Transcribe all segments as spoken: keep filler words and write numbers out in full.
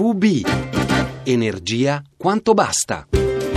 Q B. Energia quanto basta.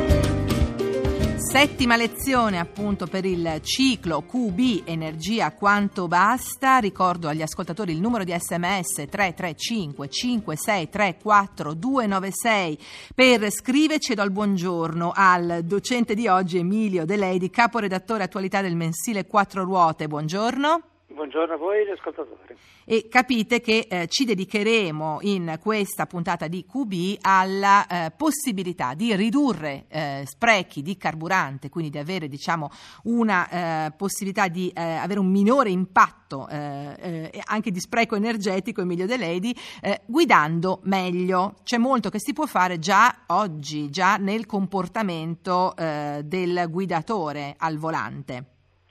Settima lezione appunto per il ciclo Q B Energia quanto basta. Ricordo agli ascoltatori il numero di sms tre tre cinque cinque sei tre quattro due nove sei per scriverci. Do il buongiorno al docente di oggi Emilio De Ledi, caporedattore attualità del mensile Quattro Ruote. Buongiorno. Buongiorno a voi gli ascoltatori. E capite che eh, ci dedicheremo in questa puntata di Q B alla eh, possibilità di ridurre eh, sprechi di carburante, quindi di avere diciamo una eh, possibilità di eh, avere un minore impatto eh, eh, anche di spreco energetico, Emilio De Ledi, eh, guidando meglio. C'è molto che si può fare già oggi, già nel comportamento eh, del guidatore al volante.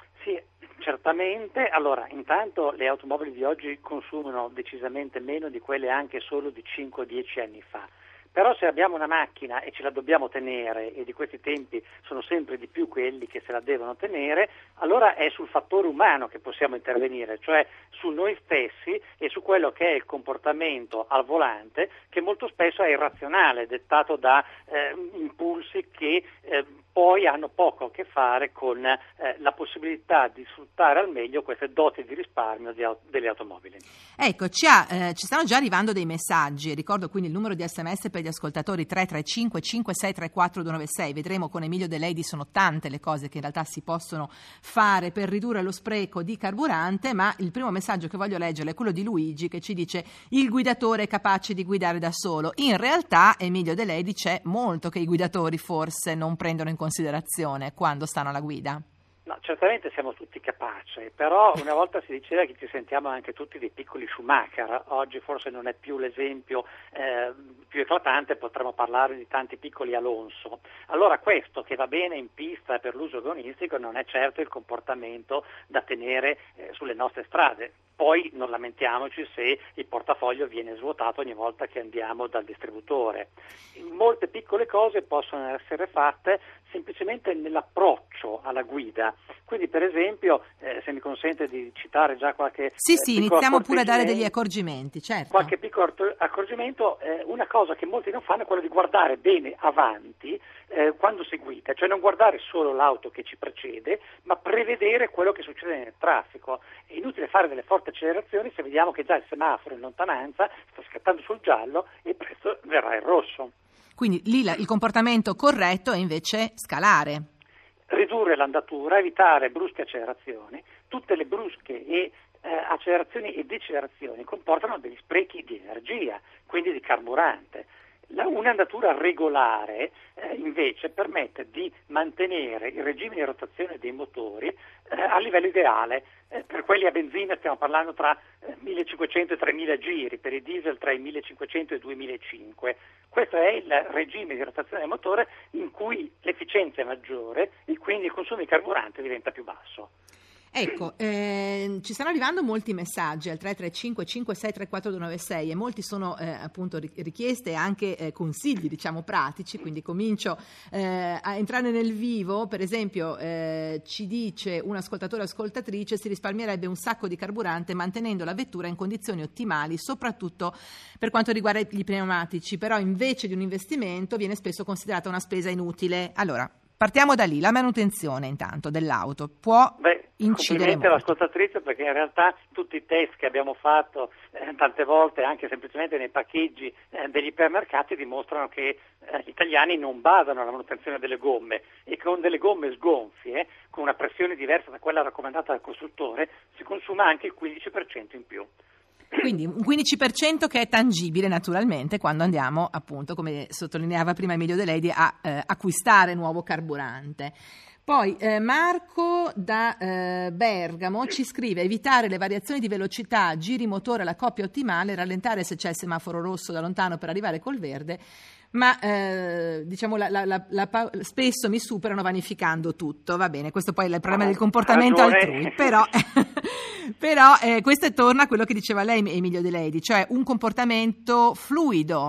Certamente, allora intanto le automobili di oggi consumano decisamente meno di quelle anche solo di cinque o dieci anni fa. Però se abbiamo una macchina e ce la dobbiamo tenere, e di questi tempi sono sempre di più quelli che se la devono tenere, allora è sul fattore umano che possiamo intervenire, cioè su noi stessi e su quello che è il comportamento al volante, che molto spesso è irrazionale, dettato da eh, impulsi che eh, poi hanno poco a che fare con eh, la possibilità di sfruttare al meglio queste doti di risparmio di, delle automobili. Ecco, ci, ha, eh, ci stanno già arrivando dei messaggi. Ricordo quindi il numero di sms per gli ascoltatori tre tre cinque cinque sei tre quattro due nove sei. Vedremo con Emilio De Ledi, sono tante le cose che in realtà si possono fare per ridurre lo spreco di carburante, ma il primo messaggio che voglio leggere è quello di Luigi, che ci dice: il guidatore è capace di guidare da solo. In realtà, Emilio De Ledi, c'è molto che i guidatori forse non prendono in considerazione quando stanno alla guida. No, certamente siamo tutti capaci, però una volta si diceva che ci sentiamo anche tutti dei piccoli Schumacher. Oggi forse non è più l'esempio eh, più eclatante, potremmo parlare di tanti piccoli Alonso. Allora questo che va bene in pista per l'uso agonistico non è certo il comportamento da tenere eh, sulle nostre strade. Poi non lamentiamoci se il portafoglio viene svuotato ogni volta che andiamo dal distributore. Molte piccole cose possono essere fatte semplicemente nell'approccio alla guida. Quindi per esempio, eh, se mi consente di citare già qualche Sì, eh, sì, iniziamo pure a dare degli accorgimenti, certo. Qualche piccolo accorgimento, eh, una cosa che molti non fanno è quello di guardare bene avanti eh, quando si guida, cioè non guardare solo l'auto che ci precede, ma prevedere quello che succede nel traffico. È inutile fare delle forti accelerazioni se vediamo che già il semaforo in lontananza sta scattando sul giallo e presto verrà il rosso. Quindi lì la, il comportamento corretto è invece scalare. Ridurre l'andatura, evitare brusche accelerazioni. Tutte le brusche e eh, accelerazioni e decelerazioni comportano degli sprechi di energia, quindi di carburante. La, un'andatura regolare eh, invece permette di mantenere il regime di rotazione dei motori eh, a livello ideale. Eh, per quelli a benzina stiamo parlando tra eh, millecinquecento e tremila giri, per i diesel tra i millecinquecento e i duemilacinque. Questo è il regime di rotazione del motore in cui l'efficienza è maggiore e quindi il consumo di carburante diventa più basso. Ecco, eh, ci stanno arrivando molti messaggi al tre tre cinque cinque sei tre quattro due nove sei e molti sono eh, appunto richieste e anche eh, consigli diciamo pratici, quindi comincio eh, a entrare nel vivo. Per esempio eh, ci dice un ascoltatore o ascoltatrice: si risparmierebbe un sacco di carburante mantenendo la vettura in condizioni ottimali, soprattutto per quanto riguarda i pneumatici, però invece di un investimento viene spesso considerata una spesa inutile. Allora, partiamo da lì, la manutenzione intanto dell'auto può Beh, incidere molto. All'ascoltatrice, perché in realtà tutti i test che abbiamo fatto eh, tante volte anche semplicemente nei parcheggi eh, degli ipermercati dimostrano che eh, gli italiani non badano alla manutenzione delle gomme e con delle gomme sgonfie, con una pressione diversa da quella raccomandata dal costruttore, si consuma anche il quindici per cento in più. Quindi un quindici per cento che è tangibile naturalmente quando andiamo, appunto, come sottolineava prima Emilio De Ledi, a eh, acquistare nuovo carburante. Poi eh, Marco da eh, Bergamo ci scrive: evitare le variazioni di velocità, giri motore alla coppia ottimale, rallentare se c'è il semaforo rosso da lontano per arrivare col verde, ma eh, diciamo la, la, la, la, spesso mi superano vanificando tutto. Va bene, questo poi è il problema del comportamento altrui, però, però eh, questo torna a quello che diceva lei, Emilio De Ledi, cioè un comportamento fluido.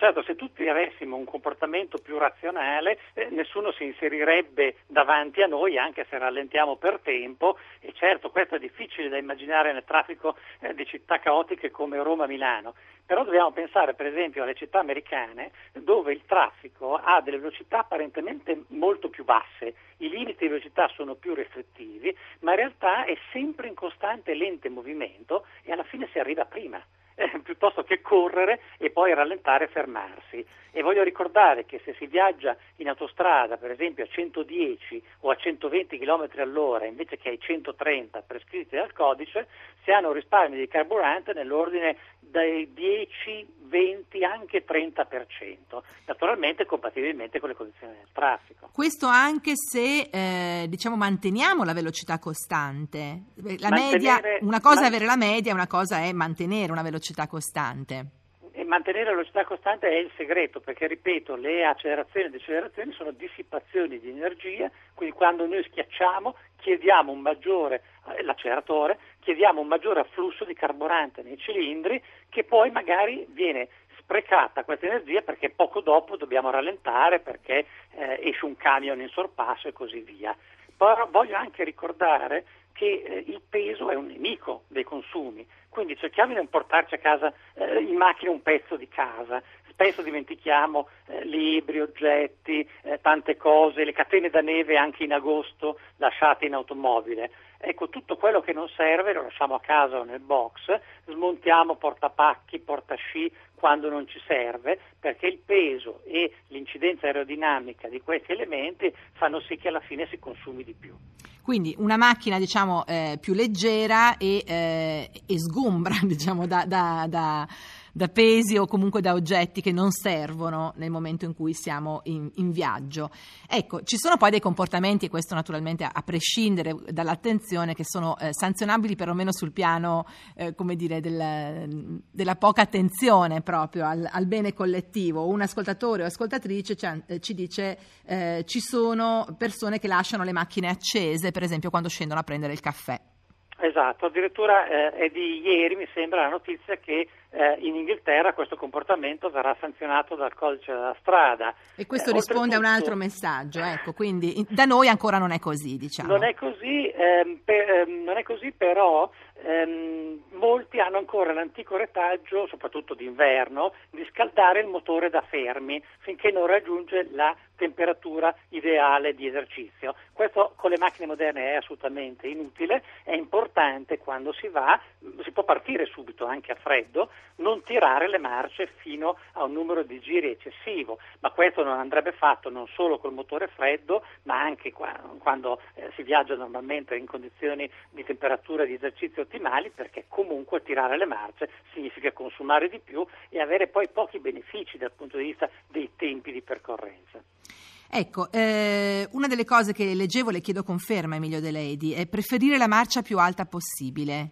certo, se tutti avessimo un comportamento più razionale, eh, nessuno si inserirebbe davanti a noi, anche se rallentiamo per tempo, e certo questo è difficile da immaginare nel traffico eh, di città caotiche come Roma-Milano, però dobbiamo pensare per esempio alle città americane dove il traffico ha delle velocità apparentemente molto più basse, i limiti di velocità sono più restrittivi, ma in realtà è sempre in costante lento movimento e alla fine si arriva prima. Eh, piuttosto che correre e poi rallentare e fermarsi. E voglio ricordare che se si viaggia in autostrada, per esempio a centodieci o a centoventi chilometri all'ora invece che ai centotrenta prescritti dal codice, si hanno risparmi di carburante nell'ordine dai dieci, venti, anche trenta per cento, naturalmente compatibilmente con le condizioni del traffico. Questo anche se eh, diciamo manteniamo la velocità costante. La Mantenere, media, una cosa man- è avere la media, una cosa è mantenere una velocità costante. E mantenere la velocità costante è il segreto, perché ripeto, le accelerazioni e decelerazioni sono dissipazioni di energia, quindi quando noi schiacciamo chiediamo un maggiore, eh, l'acceleratore, chiediamo un maggiore afflusso di carburante nei cilindri, che poi magari viene sprecata questa energia perché poco dopo dobbiamo rallentare perché eh, esce un camion in sorpasso e così via. Però voglio anche ricordare che eh, il peso è un nemico dei consumi, quindi cerchiamo di non portarci a casa eh, in macchina un pezzo di casa. Spesso dimentichiamo eh, libri, oggetti, eh, tante cose, le catene da neve anche in agosto lasciate in automobile. Ecco, tutto quello che non serve lo lasciamo a casa o nel box, smontiamo portapacchi, portasci quando non ci serve, perché il peso e l'incidenza aerodinamica di questi elementi fanno sì che alla fine si consumi di più. Quindi una macchina diciamo eh, più leggera e, eh, e sgombra diciamo da, da, da, da pesi o comunque da oggetti che non servono nel momento in cui siamo in, in viaggio. Ecco, ci sono poi dei comportamenti, e questo naturalmente a, a prescindere dall'attenzione, che sono eh, sanzionabili perlomeno sul piano eh, come dire del, della poca attenzione proprio al, al bene collettivo. Un ascoltatore o ascoltatrice ci, eh, ci dice eh, ci sono persone che lasciano le macchine accese, per esempio quando scendono a prendere il caffè. Esatto, addirittura eh, è di ieri mi sembra la notizia che eh, in Inghilterra questo comportamento verrà sanzionato dal codice della strada. E questo eh, risponde a un altro messaggio, ecco, quindi in, da noi ancora non è così, diciamo. Non è così, ehm, per, ehm, non è così però ehm, molti hanno ancora l'antico retaggio, soprattutto d'inverno, di scaldare il motore da fermi finché non raggiunge la temperatura ideale di esercizio. Questo con le macchine moderne è assolutamente inutile, è importante quando si va, si può partire subito anche a freddo, non tirare le marce fino a un numero di giri eccessivo, ma questo non andrebbe fatto non solo col motore freddo, ma anche qua, quando eh, si viaggia normalmente in condizioni di temperatura e di esercizio ottimali, perché comunque tirare le marce significa consumare di più e avere poi pochi benefici dal punto di vista dei tempi di percorrenza. Ecco, eh, una delle cose che leggevo, le chiedo conferma, Emilio De Lady, è preferire la marcia più alta possibile.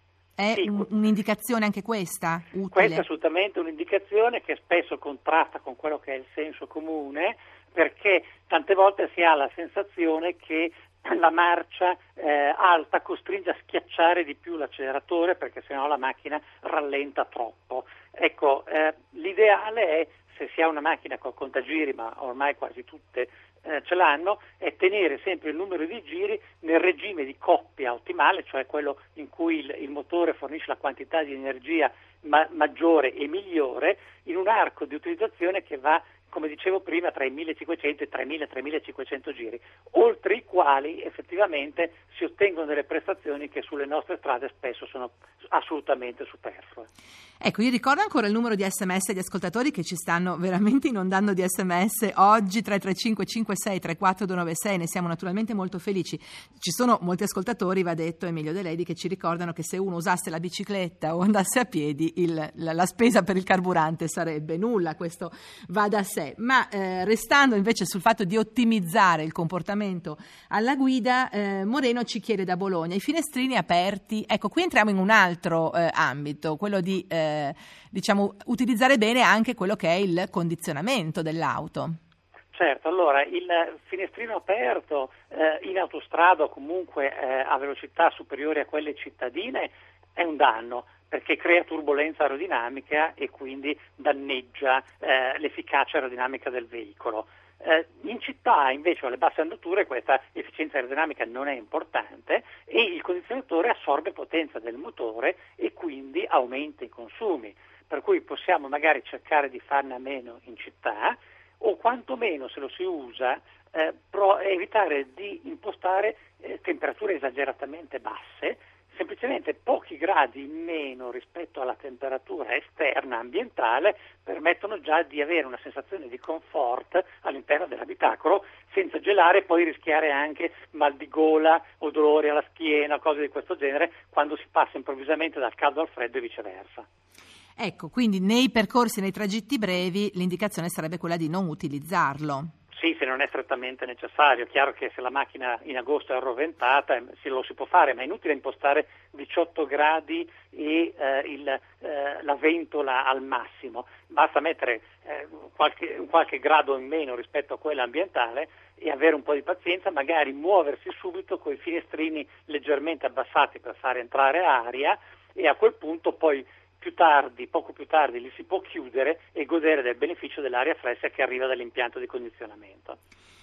È Sì, un, un'indicazione anche questa? Utile? Questa è assolutamente un'indicazione che spesso contrasta con quello che è il senso comune, perché tante volte si ha la sensazione che la marcia eh, alta costringe a schiacciare di più l'acceleratore perché sennò la macchina rallenta troppo. Ecco, eh, l'ideale è, se si ha una macchina con contagiri, ma ormai quasi tutte eh, ce l'hanno, è tenere sempre il numero di giri nel regime di coppia ottimale, cioè quello in cui il, il motore fornisce la quantità di energia ma- maggiore e migliore, in un arco di utilizzazione che va, come dicevo prima, tra i millecinquecento e i tremila tremilacinquecento giri, oltre i quali effettivamente si ottengono delle prestazioni che sulle nostre strade spesso sono assolutamente superflue. Ecco, io ricordo ancora il numero di sms di ascoltatori che ci stanno veramente inondando di sms oggi, tre tre cinque cinque sei tre quattro due nove sei, ne siamo naturalmente molto felici. Ci sono molti ascoltatori, va detto, Emilio De Lady, che ci ricordano che se uno usasse la bicicletta o andasse a piedi il, la, la spesa per il carburante sarebbe nulla, questo va da sé. Ma eh, restando invece sul fatto di ottimizzare il comportamento alla guida, eh, Moreno ci chiede da Bologna, i finestrini aperti, ecco qui entriamo in un altro eh, ambito, quello di eh, diciamo utilizzare bene anche quello che è il condizionamento dell'auto. Certo, allora il finestrino aperto eh, in autostrada o comunque eh, a velocità superiori a quelle cittadine è un danno, perché crea turbolenza aerodinamica e quindi danneggia eh, l'efficacia aerodinamica del veicolo. Eh, in città invece alle basse andature questa efficienza aerodinamica non è importante e il condizionatore assorbe potenza del motore e quindi aumenta i consumi, per cui possiamo magari cercare di farne a meno in città o quantomeno, se lo si usa, eh, pro- evitare di impostare eh, temperature esageratamente basse, semplicemente pochi gradi in meno rispetto alla temperatura esterna ambientale permettono già di avere una sensazione di comfort all'interno dell'abitacolo senza gelare e poi rischiare anche mal di gola o dolori alla schiena, cose di questo genere, quando si passa improvvisamente dal caldo al freddo e viceversa. Ecco, quindi nei percorsi, nei tragitti brevi, l'indicazione sarebbe quella di non utilizzarlo. Sì, se non è strettamente necessario. È chiaro che se la macchina in agosto è arroventata se lo si può fare, ma è inutile impostare diciotto gradi e eh, il, eh, la ventola al massimo. Basta mettere eh, qualche, qualche grado in meno rispetto a quella ambientale e avere un po' di pazienza, magari muoversi subito con i finestrini leggermente abbassati per fare entrare aria e a quel punto poi più tardi, poco più tardi, li si può chiudere e godere del beneficio dell'aria fresca che arriva dall'impianto di condizionamento.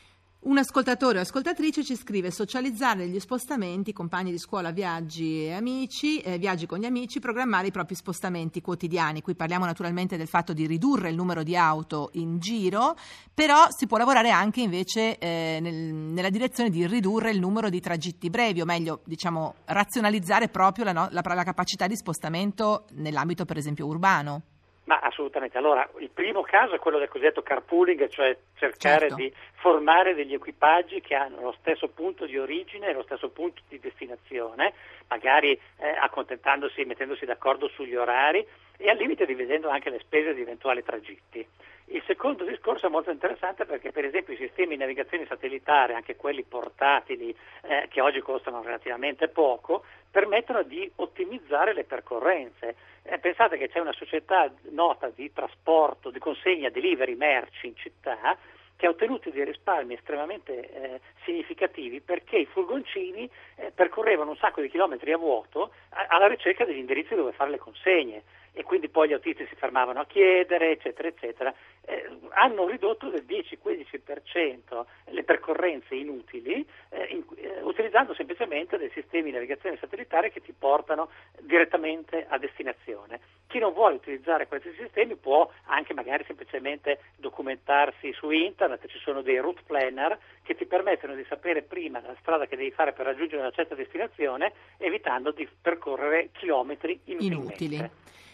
Un ascoltatore o ascoltatrice ci scrive: socializzare gli spostamenti, compagni di scuola, viaggi e amici, eh, viaggi con gli amici, programmare i propri spostamenti quotidiani. Qui parliamo naturalmente del fatto di ridurre il numero di auto in giro, però si può lavorare anche invece eh, nel, nella direzione di ridurre il numero di tragitti brevi, o meglio, diciamo, razionalizzare proprio la, no, la, la capacità di spostamento nell'ambito per esempio urbano. Ma assolutamente. Allora, il primo caso è quello del cosiddetto carpooling, cioè cercare certo. di formare degli equipaggi che hanno lo stesso punto di origine e lo stesso punto di destinazione, magari eh, accontentandosi, mettendosi d'accordo sugli orari e al limite dividendo anche le spese di eventuali tragitti. Il secondo discorso è molto interessante perché per esempio i sistemi di navigazione satellitare, anche quelli portatili eh, che oggi costano relativamente poco, permettono di ottimizzare le percorrenze. Eh, pensate che c'è una società nota di trasporto, di consegna, delivery merci in città che ha ottenuto dei risparmi estremamente eh, significativi perché i furgoncini eh, percorrevano un sacco di chilometri a vuoto a- alla ricerca degli indirizzi dove fare le consegne e quindi poi gli autisti si fermavano a chiedere, eccetera, eccetera. Eh, hanno ridotto del dieci-quindici per cento le percorrenze inutili eh, in, eh, utilizzando semplicemente dei sistemi di navigazione satellitare che ti portano direttamente a destinazione. Chi non vuole utilizzare questi sistemi può anche magari semplicemente documentarsi su internet, ci sono dei route planner che ti permettono di sapere prima la strada che devi fare per raggiungere una certa destinazione, evitando di percorrere chilometri inutilmente. Inutili.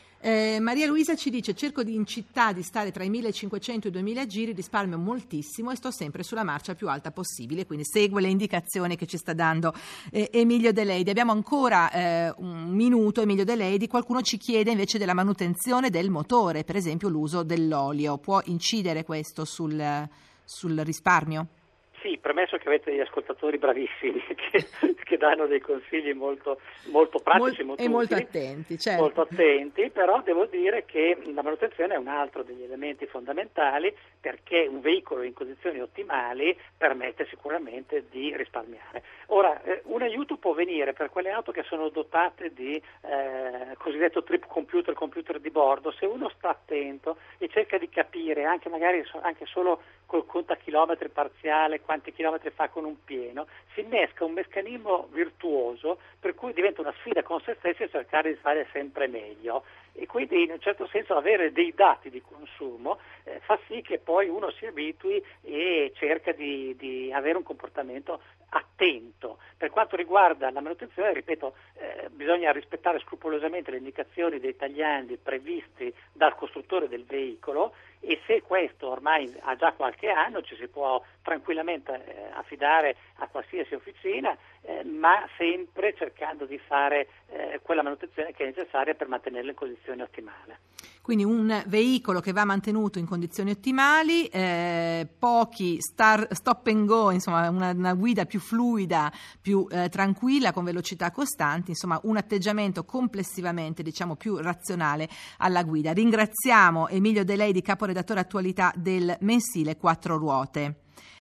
Eh, Maria Luisa ci dice: cerco di, in città di stare tra i millecinquecento e i duemila giri, risparmio moltissimo e sto sempre sulla marcia più alta possibile, quindi segue le indicazioni che ci sta dando eh, Emilio De Leidi. Abbiamo ancora eh, un minuto, Emilio De Leidi. Qualcuno ci chiede invece della manutenzione del motore, per esempio l'uso dell'olio. Può incidere questo sul, sul risparmio? Sì, premesso che avete degli ascoltatori bravissimi che, che danno dei consigli molto, molto pratici Mol- molto e molto utili, attenti, certo. molto attenti, però devo dire che la manutenzione è un altro degli elementi fondamentali perché un veicolo in condizioni ottimali permette sicuramente di risparmiare. Ora, eh, un aiuto può venire per quelle auto che sono dotate di eh, cosiddetto trip computer, computer di bordo. Se uno sta attento e cerca di capire anche magari anche solo col contachilometri parziale quanti chilometri fa con un pieno, si innesca un meccanismo virtuoso per cui diventa una sfida con se stessi a cercare di fare sempre meglio e quindi in un certo senso avere dei dati di consumo eh, fa sì che poi uno si abitui e cerca di, di avere un comportamento attento. Per quanto riguarda la manutenzione, ripeto, eh, bisogna rispettare scrupolosamente le indicazioni dei tagliandi previsti dal costruttore del veicolo e se questo ormai ha già qualche anno ci si può tranquillamente eh, affidare a qualsiasi officina, eh, ma sempre cercando di fare eh, quella manutenzione che è necessaria per mantenerlo in condizioni ottimali. Quindi un veicolo che va mantenuto in condizioni ottimali, eh, pochi star, stop and go, insomma una, una guida più fluida, più eh, tranquilla, con velocità costanti, insomma un atteggiamento complessivamente diciamo più razionale alla guida. Ringraziamo Emilio De Leidi, caporedattore attualità del mensile Quattro Ruote.